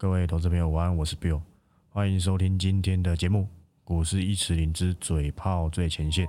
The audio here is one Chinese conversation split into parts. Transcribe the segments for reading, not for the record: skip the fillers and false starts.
各位投资朋友晚安，我是 Bill， 欢迎收听今天的节目《股市一词领之嘴炮最前线》。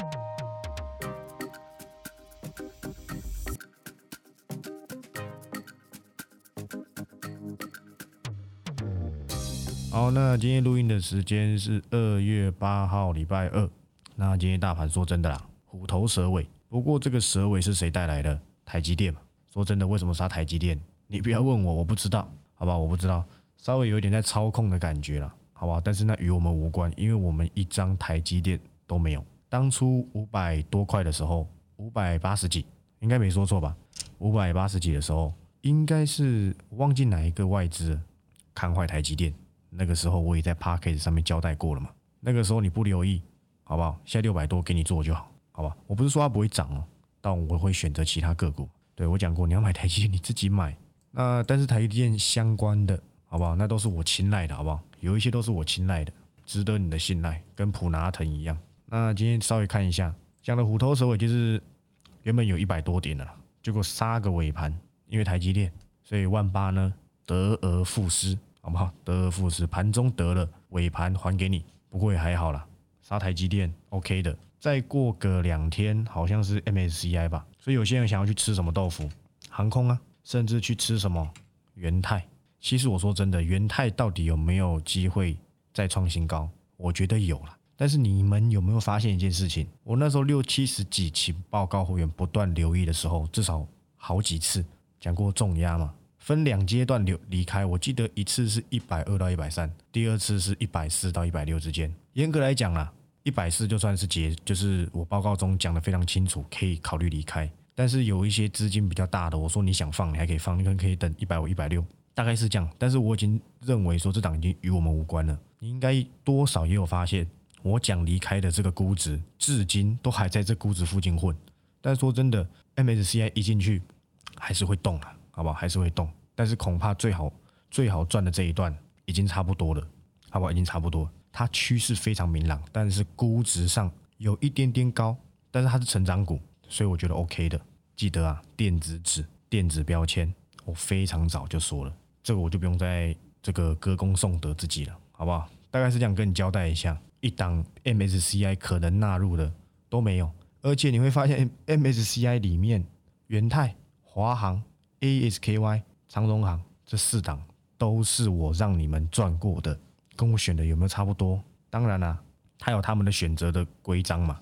好，那今天录音的时间是2月8号，礼拜二。那今天大盘说真的啦，虎头蛇尾。不过这个蛇尾是谁带来的？台积电嘛。说真的，为什么杀台积电？你不要问我，我不知道，好不好？我不知道，稍微有一点在操控的感觉啦，好不好？但是那与我们无关，因为我们一张台积电都没有。当初500多块的时候，580几，应该没说错吧？580几的时候，应该是忘记哪一个外资看坏台积电。那个时候我也在 Podcast 上面交代过了嘛。那个时候你不留意，好不好？现在600多给你做就好，好吧？我不是说它不会涨哦，但我会选择其他个股。对，我讲过，你要买台积电你自己买。那但是台积电相关的，好不好？那都是我青睐的，好不好？有一些都是我青睐的，值得你的信赖，跟普拿腾一样。那今天稍微看一下，讲的虎头蛇尾，就是原本有100多点的啦，结果杀个尾盘，因为台积电，所以18000呢得而复失。好不好？得而复失，盘中得了，尾盘还给你，不过也还好啦。杀台积电 OK 的，再过个2天，好像是 MSCI 吧。所以有些人想要去吃什么豆腐，航空啊，甚至去吃什么元泰。其实我说真的，元泰到底有没有机会再创新高？我觉得有啦。但是你们有没有发现一件事情？我那时候60、70几期报告会员不断留意的时候，至少好几次讲过重压嘛。分2阶段离开，我记得一次是120到130，第二次是140到160之间。严格来讲啦，140就算是就是我报告中讲的非常清楚，可以考虑离开。但是有一些资金比较大的，我说你想放你还可以放，你可能可以等150、160，大概是这样。但是我已经认为说这档已经与我们无关了。你应该多少也有发现，我讲离开的这个估值，至今都还在这估值附近混。但是说真的 ，MSCI 一进去还是会动啦。好不好？还是会动，但是恐怕最好赚的这一段已经差不多了，好不好？已经差不多，它趋势非常明朗，但是估值上有一点点高，但是它是成长股，所以我觉得 OK 的。记得啊，电子纸、电子标签，我非常早就说了，这个我就不用再这个歌功颂德自己了，好不好？大概是这样跟你交代一下，一档 MSCI 可能纳入的都没有，而且你会发现 MSCI 里面元泰、华航、ASKY、长荣航这4档都是我让你们赚过的，跟我选的有没有差不多？当然啦，它有他们的选择的规章嘛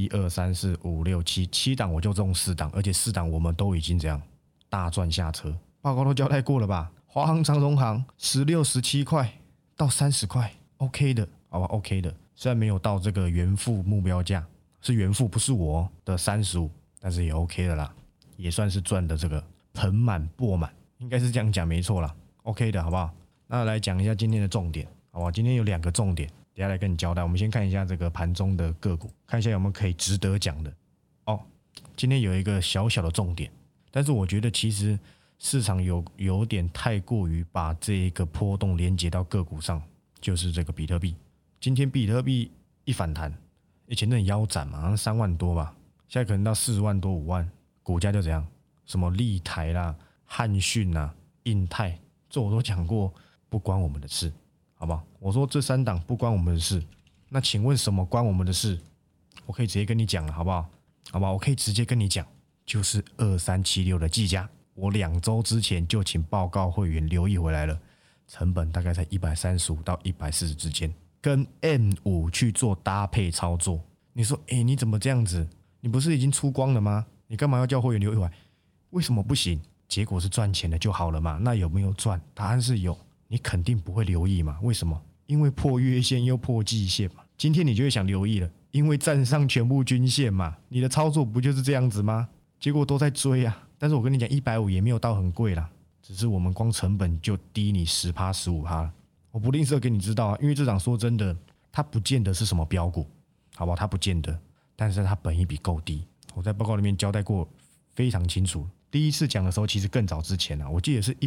，1、2、3、4、5、6、7档我就中4档，而且4档我们都已经这样大赚下车，报告都交代过了吧？华航、长荣航16、17块到30块 ，OK 的，好吧 ，OK 的。虽然没有到这个原付目标价，是原付不是我的35，但是也 OK 的啦，也算是赚的这个。盆满钵满，应该是这样讲没错啦 ，OK 的好不好？那来讲一下今天的重点，好不好？今天有2个重点，等一下来跟你交代。我们先看一下这个盘中的个股，看一下有没有可以值得讲的。哦，今天有一个小小的重点，但是我觉得其实市场有点太过于把这一个波动连接到个股上，就是这个比特币。今天比特币一反弹，以前那腰斩嘛，好像3万多吧，现在可能到4万多、5万，股价就怎样？什么立台啦、汉讯啦、印泰，这我都讲过，不关我们的事，好不好？我说这3档不关我们的事，那请问什么关我们的事？我可以直接跟你讲了，好不好？好不好？我可以直接跟你讲，就是2376的技嘉，我2周之前就请报告会员留意回来了，成本大概在135到140之间，跟 M5 去做搭配操作。你说，你怎么这样子？你不是已经出光了吗？你干嘛要叫会员留意回来？为什么不行？结果是赚钱的就好了嘛？那有没有赚？答案是有，你肯定不会留意嘛？为什么？因为破月线又破季线嘛。今天你就会想留意了，因为站上全部均线嘛。你的操作不就是这样子吗？结果都在追啊。但是我跟你讲，150也没有到很贵啦，只是我们光成本就低你10%、15%了。我不吝啬给你知道啊，因为这档说真的，它不见得是什么标股，好不好？它不见得，但是它本益比够低。我在报告里面交代过非常清楚。第一次讲的时候，其实更早之前啊，我记得是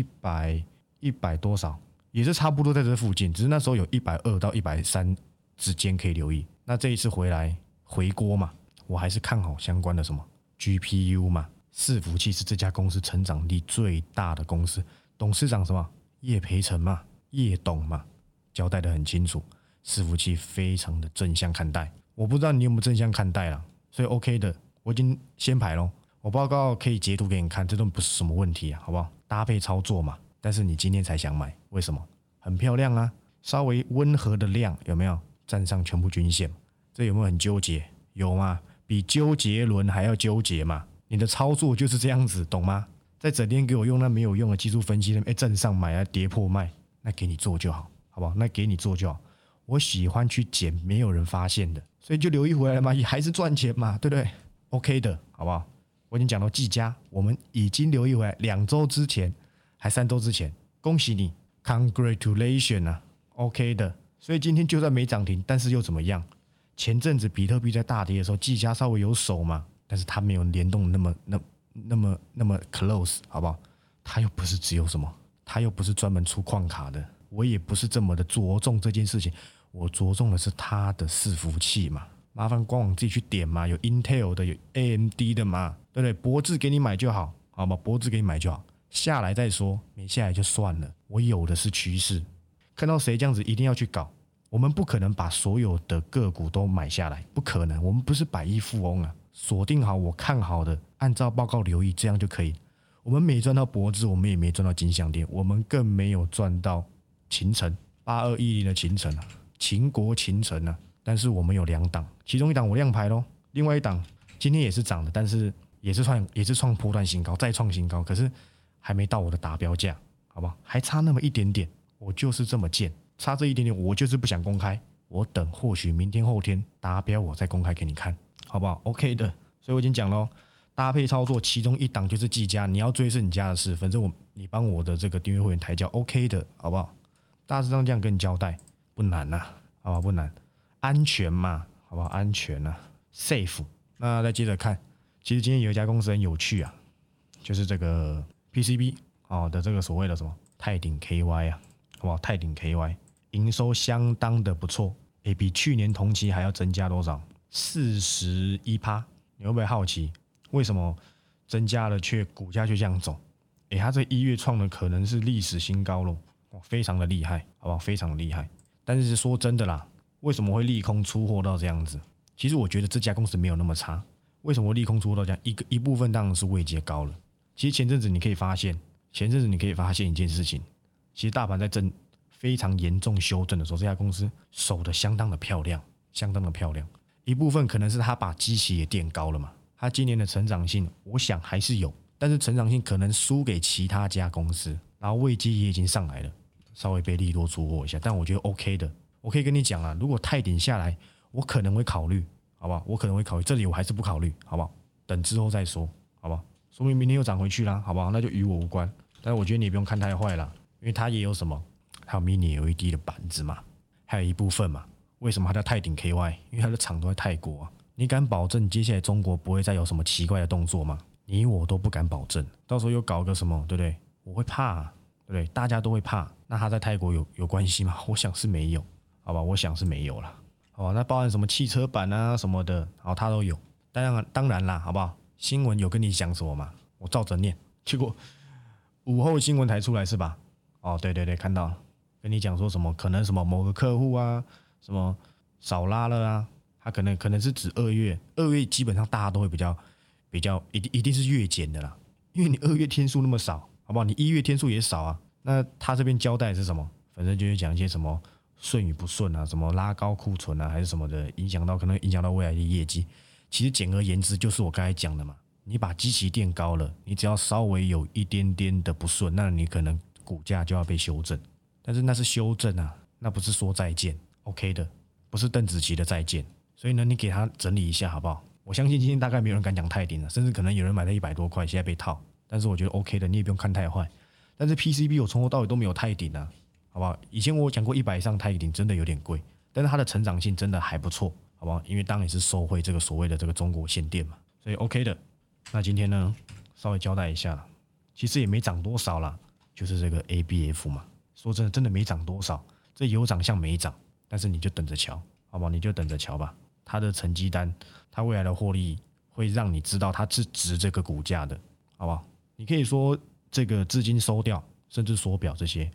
100多少，也是差不多在这附近，只是那时候有120到130之间可以留意。那这一次回来回锅嘛，我还是看好相关的什么 GPU 嘛，伺服器是这家公司成长力最大的公司，董事长什么叶培成嘛， 叶董嘛，交代得很清楚，伺服器非常的正向看待。我不知道你有没有正向看待啦，所以 OK 的，我已经先排咯。我报告可以截图给你看，这都不是什么问题啊，好不好？搭配操作嘛。但是你今天才想买，为什么？很漂亮啊，稍微温和的量有没有站上全部均线？这有没有很纠结？有吗？比纠结轮还要纠结嘛？你的操作就是这样子，懂吗？在整天给我用那没有用的技术分析，站上买啊，跌破卖，那给你做就好，好不好？那给你做就好。我喜欢去捡没有人发现的，所以就留意回来了嘛，也还是赚钱嘛，对不对 ？OK 的，好不好？我已经讲到技嘉，我们已经留意回来2周之前，还3周之前，恭喜你 ，Congratulations 啊 ，OK 的。所以今天就算没涨停，但是又怎么样？前阵子比特币在大跌的时候，技嘉稍微有手嘛，但是它没有联动那么 close， 好不好？它又不是只有什么，它又不是专门出矿卡的，我也不是这么的着重这件事情，我着重的是它的伺服器嘛。麻烦官网自己去点嘛，有 Intel 的，有 AMD 的嘛，对不对？博智给你买就好，好吗？博智给你买就好，下来再说，没下来就算了。我有的是趋势，看到谁这样子一定要去搞。我们不可能把所有的个股都买下来，不可能。我们不是百亿富翁啊，锁定好我看好的，按照报告留意，这样就可以。我们没赚到博智，我们也没赚到金像电，我们更没有赚到勤诚8210的勤诚啊，秦国勤诚啊。但是我们有2档，其中一档我亮牌咯，另外一档今天也是涨的，但是也是创波段新高，再创新高，可是还没到我的达标价，好不好？还差那么一点点，我就是这么贱，差这一点点，我就是不想公开，我等或许明天后天达标，我再公开给你看，好不好 ？OK 的，所以我已经讲咯，搭配操作，其中一档就是技嘉，你要追是你家的事，反正你帮我的这个订阅会员抬轿 OK 的，好不好？大致上这样跟你交代，不难呐，好不好？不难。安全嘛，好不好？安全啊 ，safe。那再接着看，其实今天有一家公司很有趣啊，就是这个 PCB 的这个所谓的什么泰鼎 KY 啊，好不好？泰鼎 KY 营收相当的不错，比去年同期还要增加多少？41%。你会不会好奇为什么增加了却股价却这样走？它这1月创的可能是历史新高咯，非常的厉害，好不好？非常的厉害。但是说真的啦。为什么会利空出货到这样子？其实我觉得这家公司没有那么差。为什么利空出货到这样？一部分当然是位阶高了。其实前阵子你可以发现一件事情，其实大盘在非常严重修正的时候，这家公司守得相当的漂亮，相当的漂亮。一部分可能是他把基期也垫高了嘛，他今年的成长性，我想还是有，但是成长性可能输给其他家公司，然后位阶也已经上来了，稍微被利多出货一下，但我觉得 OK 的。我可以跟你讲啊，如果泰鼎下来，我可能会考虑，好不好？我可能会考虑，这里我还是不考虑，好不好？等之后再说，好不好？说明明天又涨回去啦，好不好？那就与我无关。但是我觉得你也不用看太坏啦，因为它也有什么，还有 Mini LED 的板子嘛，还有一部分嘛。为什么它叫泰鼎 KY？ 因为它的厂都在泰国啊。你敢保证接下来中国不会再有什么奇怪的动作吗？你我都不敢保证。到时候又搞个什么，对不对？我会怕啊，对不对？大家都会怕。那它在泰国有关系吗？我想是没有。好吧，我想是没有了。好吧，那包含什么汽车版啊什么的，好，它都有。当然啦，好不好？新闻有跟你讲什么嘛？我照着念。结果午后新闻台出来是吧？哦，对对对，看到了，跟你讲说什么可能什么某个客户啊，什么少拉了啊，他可能是指2月基本上大家都会比较一定是月减的啦，因为你2月天数那么少，好不好？你1月天数也少啊。那他这边交代的是什么？反正就是讲一些什么。顺与不顺啊，什么拉高库存啊，还是什么的，可能影响到未来的业绩。其实简而言之，就是我刚才讲的嘛。你把基期垫高了，你只要稍微有一点点的不顺，那你可能股价就要被修正。但是那是修正啊，那不是说再见 ，OK 的，不是邓紫棋的再见。所以呢，你给他整理一下好不好？我相信今天大概没有人敢讲泰鼎了，甚至可能有人买了100多块，现在被套。但是我觉得 OK 的，你也不用看太坏。但是 PCB 我从头到尾都没有泰鼎啊。好不好？以前我讲过100以上泰鼎真的有点贵，但是它的成长性真的还不错，好不好？因为当然是受惠这个所谓的这个中国限电嘛，所以 OK 的。那今天呢，稍微交代一下，其实也没涨多少啦，就是这个 ABF 嘛。说真的，真的没涨多少，这有涨像没涨，但是你就等着瞧，好不好？你就等着瞧吧。它的成绩单，它未来的获利会让你知道它是值这个股价的，好不好？你可以说这个资金收掉，甚至缩表这些。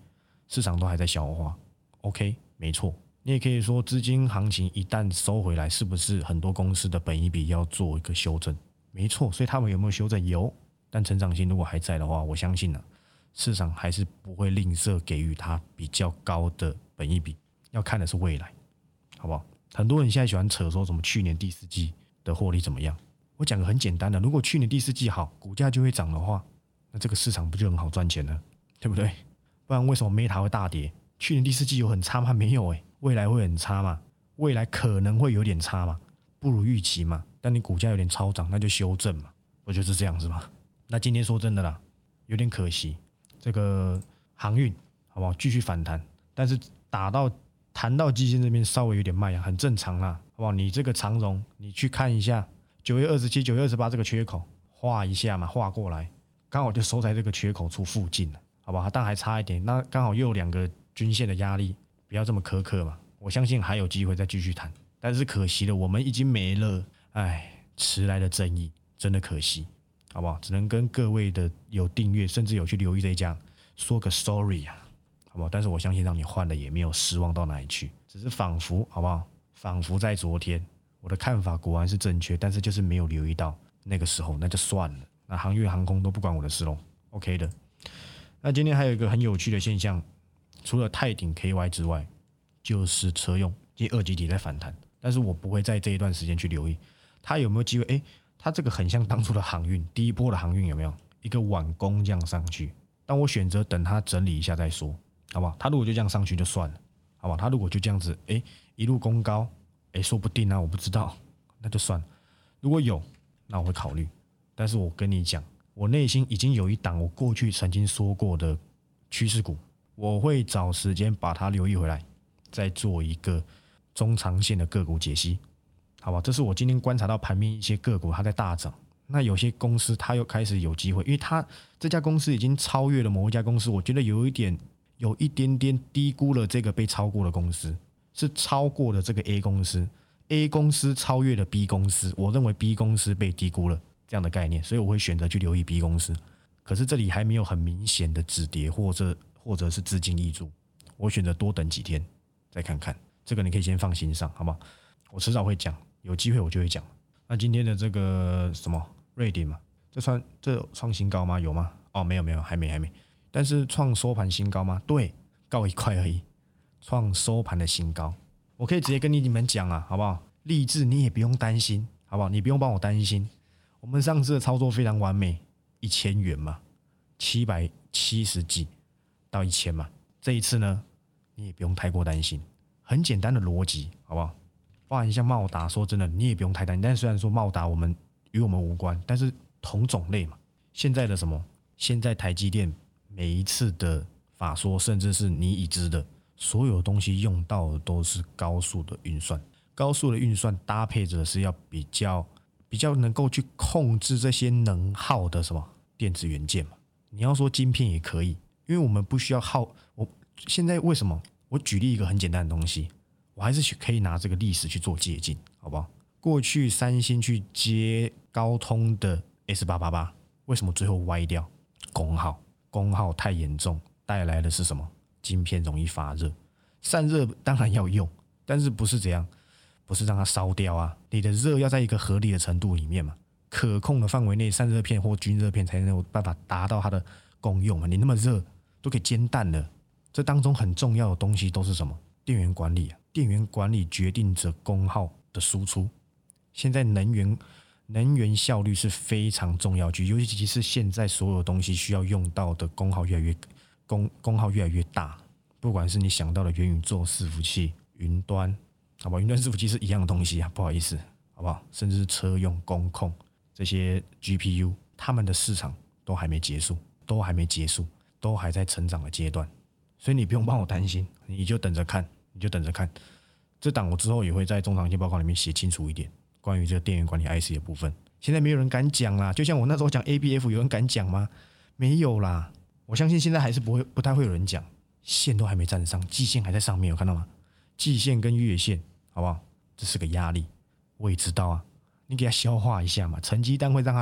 市场都还在消化。OK， 没错。你也可以说，资金行情一旦收回来，是不是很多公司的本益比要做一个修正？没错，所以他们有没有修正？有，但成长性如果还在的话，我相信市场还是不会吝啬给予它比较高的本益比。要看的是未来，好不好？很多人现在喜欢扯说什么去年第四季的获利怎么样？我讲个很简单的，如果去年第四季好，股价就会涨的话，那这个市场不就很好赚钱了，对不对？不然为什么 Meta 会大跌？去年第四季有很差吗？没有未来会很差吗？未来可能会有点差嘛，不如预期嘛。但你股价有点超涨，那就修正嘛，不就是这样子吗？那今天说真的啦，有点可惜，这个航运好不好？继续反弹，但是弹到季线这边稍微有点卖啊，很正常啦，好不好？你这个长荣，你去看一下9月27、9月28这个缺口，画一下嘛，画过来，刚好就收在这个缺口处附近了，好不好？但还差一点，那刚好又有2个均线的压力，不要这么苛刻嘛。我相信还有机会再继续谈，但是可惜了，我们已经没了，迟来的正义，真的可惜，好不好？只能跟各位的有订阅，甚至有去留意这一家，说个 sorry 啊。好不好？但是我相信让你换了也没有失望到哪里去，只是仿佛好不好？仿佛在昨天，我的看法果然是正确，但是就是没有留意到那个时候，那就算了。那航运航空都不关我的事咯 ，OK 的。那今天还有一个很有趣的现象，除了泰鼎 KY 之外，就是车用第二级体在反弹，但是我不会在这一段时间去留意它有没有机会。它这个很像当初的航运，第一波的航运有没有一个晚攻这样上去？但我选择等它整理一下再说。好不好？他如果就这样上去就算了，好不好？他如果就这样子，一路攻高，说不定啊，我不知道，那就算了。如果有，那我会考虑。但是我跟你讲，我内心已经有一档我过去曾经说过的趋势股，我会找时间把它留意回来，再做一个中长线的个股解析，好不好？这是我今天观察到盘面一些个股它在大涨，那有些公司它又开始有机会，因为它这家公司已经超越了某一家公司，我觉得有一点点低估了这个被超过的公司，是超过了这个 A 公司 ，A 公司超越了 B 公司，我认为 B 公司被低估了这样的概念，所以我会选择去留意 B 公司。可是这里还没有很明显的止跌或者是资金挹注，我选择多等几天再看看，这个你可以先放心上，好不好？我迟早会讲，有机会我就会讲。那今天的这个什么瑞典嘛，这创新高吗？有吗？没有，还没。但是创收盘新高吗？对，高1块而已，创收盘的新高。我可以直接跟你们讲啊，好不好？励志你也不用担心，好不好？你不用帮我担心。我们上次的操作非常完美，1000元嘛，770几到1000嘛。这一次呢，你也不用太过担心，很简单的逻辑，好不好？包含像茂达，说真的，你也不用太担心。但虽然说茂达与我们无关，但是同种类嘛。现在的什么？现在台积电每一次的法说，甚至是你已知的所有东西用到的都是高速的运算，高速的运算搭配着是要比较能够去控制这些能耗的什么电子元件嘛。你要说晶片也可以，因为我们不需要耗。我现在为什么？我举例一个很简单的东西，我还是可以拿这个历史去做借鉴，好不好？过去三星去接高通的 S888， 为什么最后歪掉？功耗太严重，带来的是什么？晶片容易发热，散热当然要用，但是不是这样？不是让它烧掉啊！你的热要在一个合理的程度里面嘛，可控的范围内，散热片或均热片才能有办法达到它的功用嘛。你那么热都可以煎蛋了，这当中很重要的东西都是什么？电源管理啊，电源管理决定着功耗的输出。现在能源效率是非常重要的，尤其是现在所有东西需要用到的功耗越来越大，不管是你想到的元宇宙伺服器、云端，好吧，云端伺服器是一样的东西啊，不好意思，好不好？甚至是车用、工控这些 GPU， 他们的市场都还没结束，都还在成长的阶段，所以你不用帮我担心，你就等着看。这档我之后也会在中长线报告里面写清楚一点。关于这个电源管理 IC 的部分，现在没有人敢讲啦。就像我那时候讲 ABF， 有人敢讲吗？没有啦。我相信现在还是不太会有人讲，线都还没站上，季线还在上面，有看到吗？季线跟月线，好不好？这是个压力，我也知道啊。你给他消化一下嘛，成绩单会让他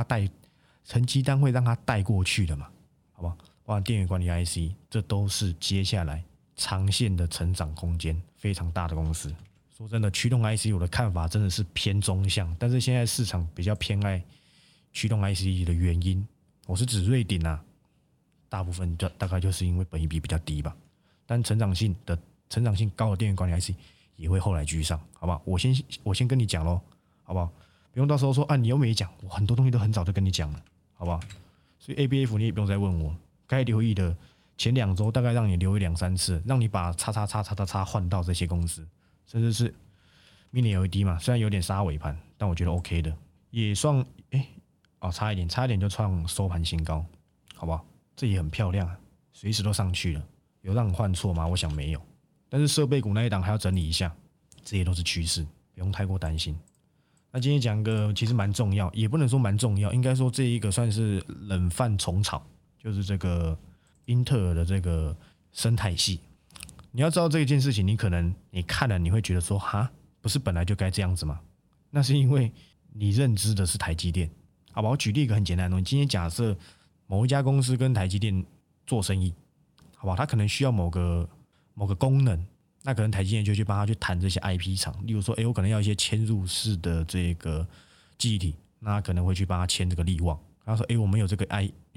带过去的嘛，好不好？包含电源管理 IC， 这都是接下来长线的成长空间非常大的公司。说真的，驱动 IC 我的看法真的是偏中向，但是现在市场比较偏爱驱动 IC 的原因，我是指瑞鼎啊，大部分大概就是因为本益比比较低吧。但成长性高的电源管理 IC 也会后来居上，好不好？我先跟你讲咯，好不好？不用到时候说啊，你又没讲，我很多东西都很早就跟你讲了，好不好？所以 ABF 你也不用再问我，该留意的前2周大概让你留意2-3次，让你把叉换到这些公司，甚至是 Mini LED 嘛，虽然有点杀尾盘，但我觉得 OK 的，也算差一点就创收盘新高，好不好？这也很漂亮啊，随时都上去了，有让你换错吗？我想没有，但是设备股那一档还要整理一下，这些都是趋势，不用太过担心。那今天讲个其实蛮重要，也不能说蛮重要，应该说这一个算是冷饭重炒，就是这个英特尔的这个生态系。你要知道这件事情，你可能你看了你会觉得说，哈，不是本来就该这样子吗？那是因为你认知的是台积电，好吧？我举例一个很简单的东西，今天假设某一家公司跟台积电做生意，好吧？它可能需要某个功能。那可能台积电就去帮他去谈这些 IP 厂，例如说，我可能要一些嵌入式的这个记忆体，那可能会去帮他签这个力旺。他说，我们有这个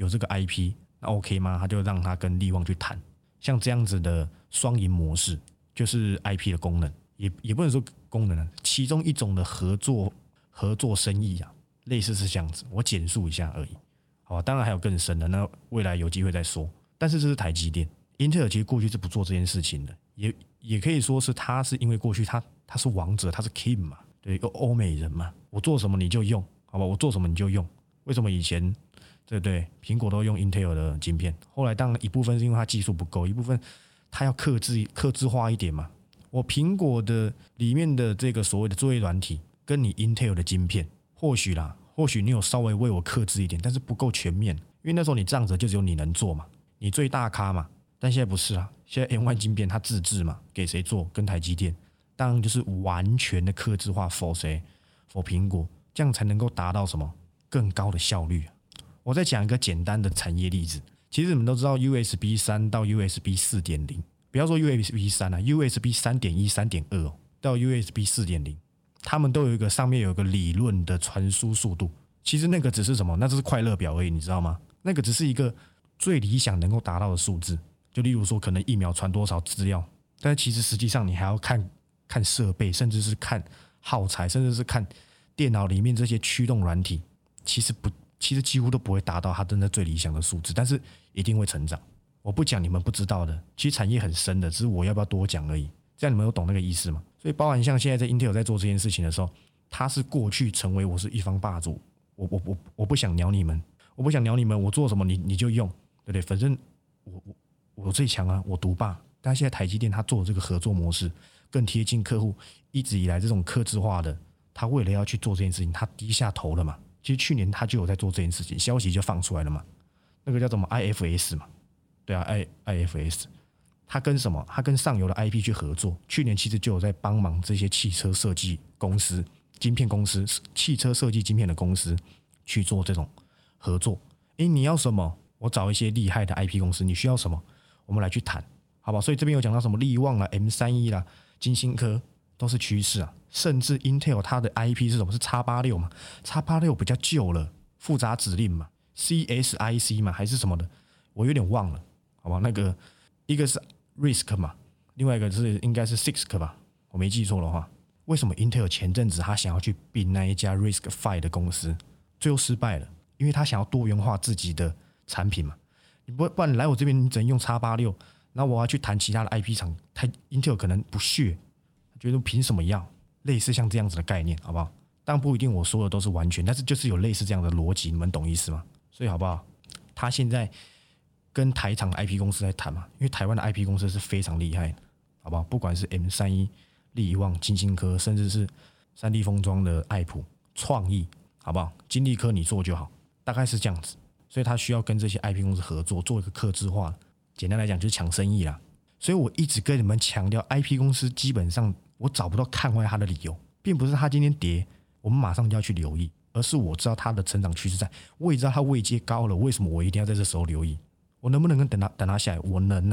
IP， 那 OK 吗？他就让他跟力旺去谈，像这样子的双赢模式，就是 IP 的功能，也不能说功能，其中一种的合作生意啊，类似是这样子。我简述一下而已，好吧？当然还有更深的，那未来有机会再说。但是这是台积电，英特尔其实过去是不做这件事情的，也可以说是他是因为过去他是王者，他是 king 嘛，对，有欧美人嘛，我做什么你就用，好吧？我做什么你就用。为什么以前对不对？苹果都用 Intel 的晶片，后来当然一部分是因为它技术不够，一部分它要客制化一点嘛。我苹果的里面的这个所谓的作业软体，跟你 Intel 的晶片，或许你有稍微为我客制一点，但是不够全面，因为那时候你这样子就只有你能做嘛，你最大咖嘛。但现在不是啊，现在 M1 晶片它自制嘛，给谁做？跟台积电，当然就是完全的客制化 for 谁 ？for 苹果，这样才能够达到什么更高的效率啊。我再讲一个简单的产业例子，其实你们都知道 USB 3到 USB 4.0， 不要说 USB 3啊 ，USB 3.1、3.2到 USB 4.0， 他们都有一个上面有一个理论的传输速度。其实那个只是什么？那只是快乐表而已，你知道吗？那个只是一个最理想能够达到的数字。就例如说，可能1秒传多少资料，但是其实实际上你还要看设备，甚至是看耗材，甚至是看电脑里面这些驱动软体，其实几乎都不会达到它真的最理想的数字，但是一定会成长。我不讲你们不知道的，其实产业很深的，只是我要不要多讲而已。这样你们有懂那个意思吗？所以包含像现在在 Intel 在做这件事情的时候，它是过去成为我是一方霸主，我不想鸟你们，我做什么你就用，对不对？反正我最强啊，我独霸。但现在台积电它做的这个合作模式更贴近客户，一直以来这种客制化的，他为了要去做这件事情，他低下头了嘛。其实去年他就有在做这件事情，消息就放出来了嘛。那个叫什么 IFS 嘛，对啊 ，IFS， 他跟什么？他跟上游的 IP 去合作。去年其实就有在帮忙这些汽车设计公司、晶片公司、汽车设计晶片的公司去做这种合作。你要什么？我找一些厉害的 IP 公司，你需要什么？我们来去谈，好吧？所以这边有讲到什么力旺啦、M31啦、金星科都是趋势啊。甚至 Intel 它的 IP 是什么？是 X86 嘛 ？X86 比较旧了，复杂指令嘛 ，CSIC 嘛，还是什么的，我有点忘了，好吧？那个一个是 RISC 嘛，另外一个是应该是 CISC 吧，我没记错的话。为什么 Intel 前阵子他想要去并那一家 RISC-V 的公司，最后失败了？因为他想要多元化自己的产品嘛。不然来我这边你只能用 X86， 然后我要去谈其他的 IP 厂，Intel 可能不屑，觉得凭什么要？类似像这样子的概念，好不好？当然不一定我说的都是完全，但是就是有类似这样的逻辑，你们懂意思吗？所以好不好？他现在跟台厂的 IP 公司在谈嘛，因为台湾的 IP 公司是非常厉害的，好不好？不管是 M31、力旺、金星科，甚至是3D 封装的爱普、创意，好不好？金利科你做就好，大概是这样子。所以他需要跟这些 IP 公司合作，做一个客制化。简单来讲就是抢生意啦。所以我一直跟你们强调 IP 公司基本上我找不到看坏它的理由，并不是它今天跌我们马上就要去留意，而是我知道它的成长趋势在，我也知道它位阶高了，为什么我一定要在这时候留意？我能不能等它下来？我能啊，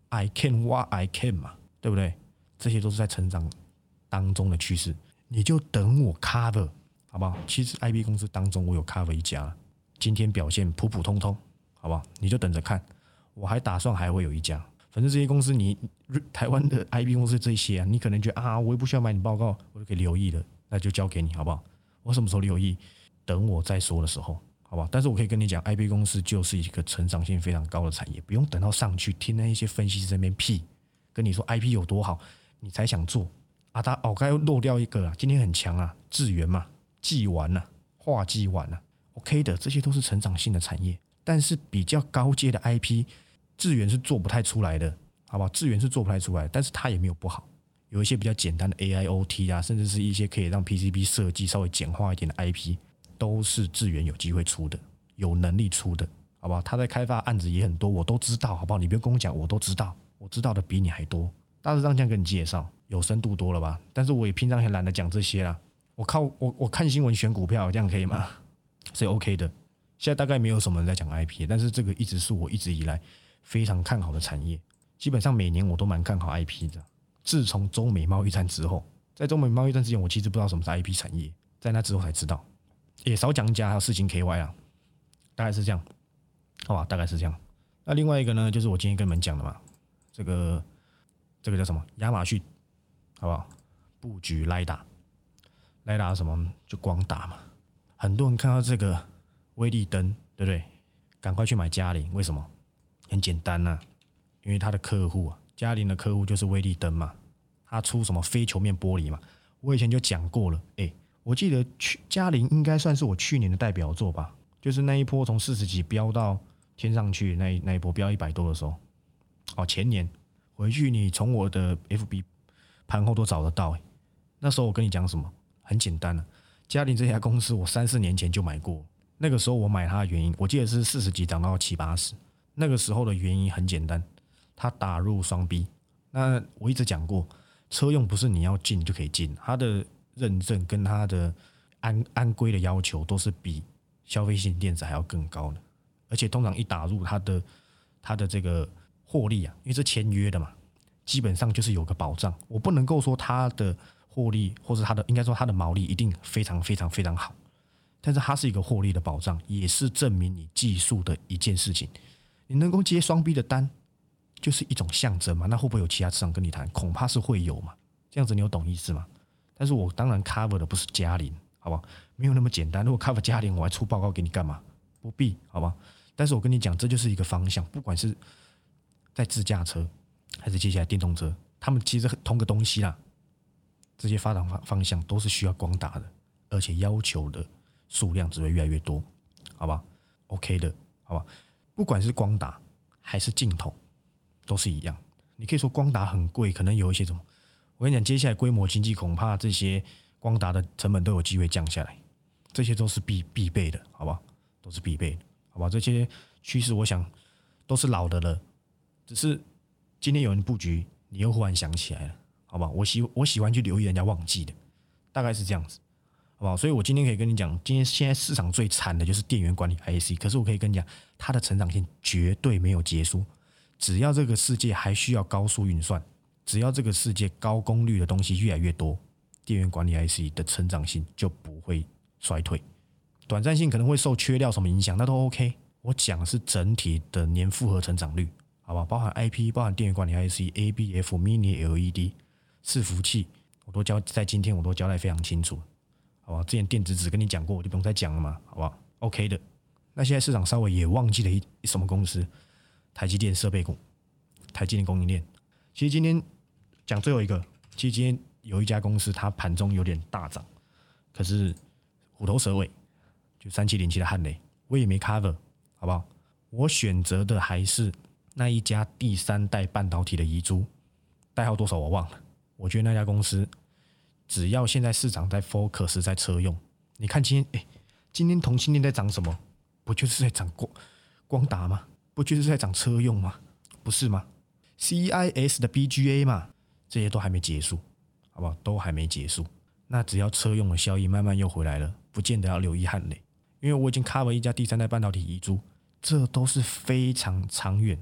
I can what I can 嘛，对不对？这些都是在成长当中的趋势，你就等我 cover 好不好？其实 IB 公司当中我有 cover 一家，今天表现普普通通，好不好？你就等着看，我还打算还会有一家。反正这些公司你台湾的 IB 公司这些啊，你可能觉得啊，我也不需要买你报告，我就可以留意了，那就交给你好不好？我什么时候留意？等我再说的时候，好不好？但是我可以跟你讲 ，IB 公司就是一个成长性非常高的产业，不用等到上去听那一些分析师在那边屁，跟你说 IP 有多好，你才想做啊？刚才漏掉一个啊，今天很强啊，智源嘛，技丸啊，化技丸啊 ，OK 的，这些都是成长性的产业，但是比较高阶的 IP。智源是做不太出来的，好不好？智源是做不太出来的，但是它也没有不好。有一些比较简单的 AIoT 啊，甚至是一些可以让 PCB 设计稍微简化一点的 IP， 都是智源有机会出的，有能力出的，好不好？他在开发案子也很多，我都知道，好不好？你不用跟我讲，我都知道，我知道的比你还多。大致上这样跟你介绍，有深度多了吧？但是我也平常很懒得讲这些啦，我看新闻选股票，这样可以吗？是 OK 的。现在大概没有什么人在讲 IP， 但是这个一直是我一直以来非常看好的产业，基本上每年我都蛮看好 IP 的。自从中美贸易战之后，在中美贸易战之前，我其实不知道什么是 IP 产业，在那之后才知道。也少讲一家，还有世勤 KY 啊，大概是这样，好吧，大概是这样。那另外一个呢，就是我今天跟你们讲的嘛，这个叫什么？亚马逊，好不好？布局雷达什么？就光打嘛。很多人看到这个威力灯，对不对？赶快去买嘉陵，为什么？很简单啊，因为他的客户啊，嘉陵的客户就是威力灯嘛，他出什么非球面玻璃嘛，我以前就讲过了，我记得嘉陵应该算是我去年的代表作吧，就是那一波从40几飙到天上去那一波飙100多的时候，前年回去你从我的 FB 盘后都找得到，那时候我跟你讲什么？很简单了，嘉陵这家公司我3、4年前就买过，那个时候我买它的原因，我记得是40几涨到70、80。那个时候的原因很简单，它打入双 B。那我一直讲过，车用不是你要进就可以进，它的认证跟它的安规的要求都是比消费性电子还要更高的。而且通常一打入它的这个获利啊，因为是签约的嘛，基本上就是有个保障。我不能够说它的获利或是应该说它的毛利一定非常非常非常好，但是它是一个获利的保障，也是证明你技术的一件事情。你能够接双 B 的单，就是一种象征嘛？那会不会有其他市场跟你谈？恐怕是会有嘛。这样子你有懂意思吗？但是我当然 cover 的不是嘉陵，好不好？没有那么简单。如果 cover 嘉陵，我还出报告给你干嘛？不必，好吧？但是我跟你讲，这就是一个方向，不管是在自驾车还是接下来电动车，他们其实同个东西啦。这些发展方向都是需要光打的，而且要求的数量只会越来越多，好吧 ？OK 的，好吧？不管是光打还是镜头，都是一样。你可以说光打很贵，可能有一些什么，我跟你讲，接下来规模经济恐怕这些光打的成本都有机会降下来，这些都是必备的，好不好？都是必备的，好吧？这些趋势我想都是老的了，只是今天有人布局，你又忽然想起来了，好不好？我喜欢去留意人家忘记的，大概是这样子。好不好？所以我今天可以跟你讲，现在市场最惨的就是电源管理 IC， 可是我可以跟你讲，它的成长性绝对没有结束。只要这个世界还需要高速运算，只要这个世界高功率的东西越来越多，电源管理 IC 的成长性就不会衰退。短暂性可能会受缺料什么影响，那都 OK。我讲的是整体的年复合成长率，好吧？包含 IP， 包含电源管理 IC、ABF、Mini LED、伺服器，在今天我都交代非常清楚。好吧，之前电子纸跟你讲过，我就不用再讲了嘛，好不好 ？OK 的。那现在市场稍微也忘记了什么公司？台积电设备股，台积电供应链。其实今天讲最后一个，其实今天有一家公司，它盘中有点大涨，可是虎头蛇尾，就3707的汉磊，我也没 cover， 好不好？我选择的还是那一家第3代半导体的遗珠，代号多少我忘了。我觉得那家公司。只要现在市场在 focus 在车用，你看今天同性恋在涨什么？不就是在涨光达吗？不就是在涨车用吗？不是吗 ？CIS 的 BGA 嘛，这些都还没结束，好不好？都还没结束。那只要车用的效益慢慢又回来了，不见得要留意汉磊，因为我已经 cover 一家第3代半导体遗珠，这都是非常长远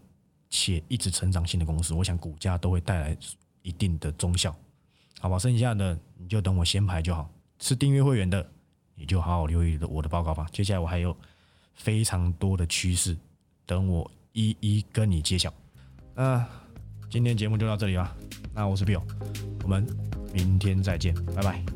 且一直成长性的公司，我想股价都会带来一定的中效，好吧？剩下的你就等我先排就好。是订阅会员的，你就好好留意我的报告吧。接下来我还有非常多的趋势，等我一一跟你揭晓。那今天节目就到这里啦。那我是 Bill，我们明天再见，拜拜。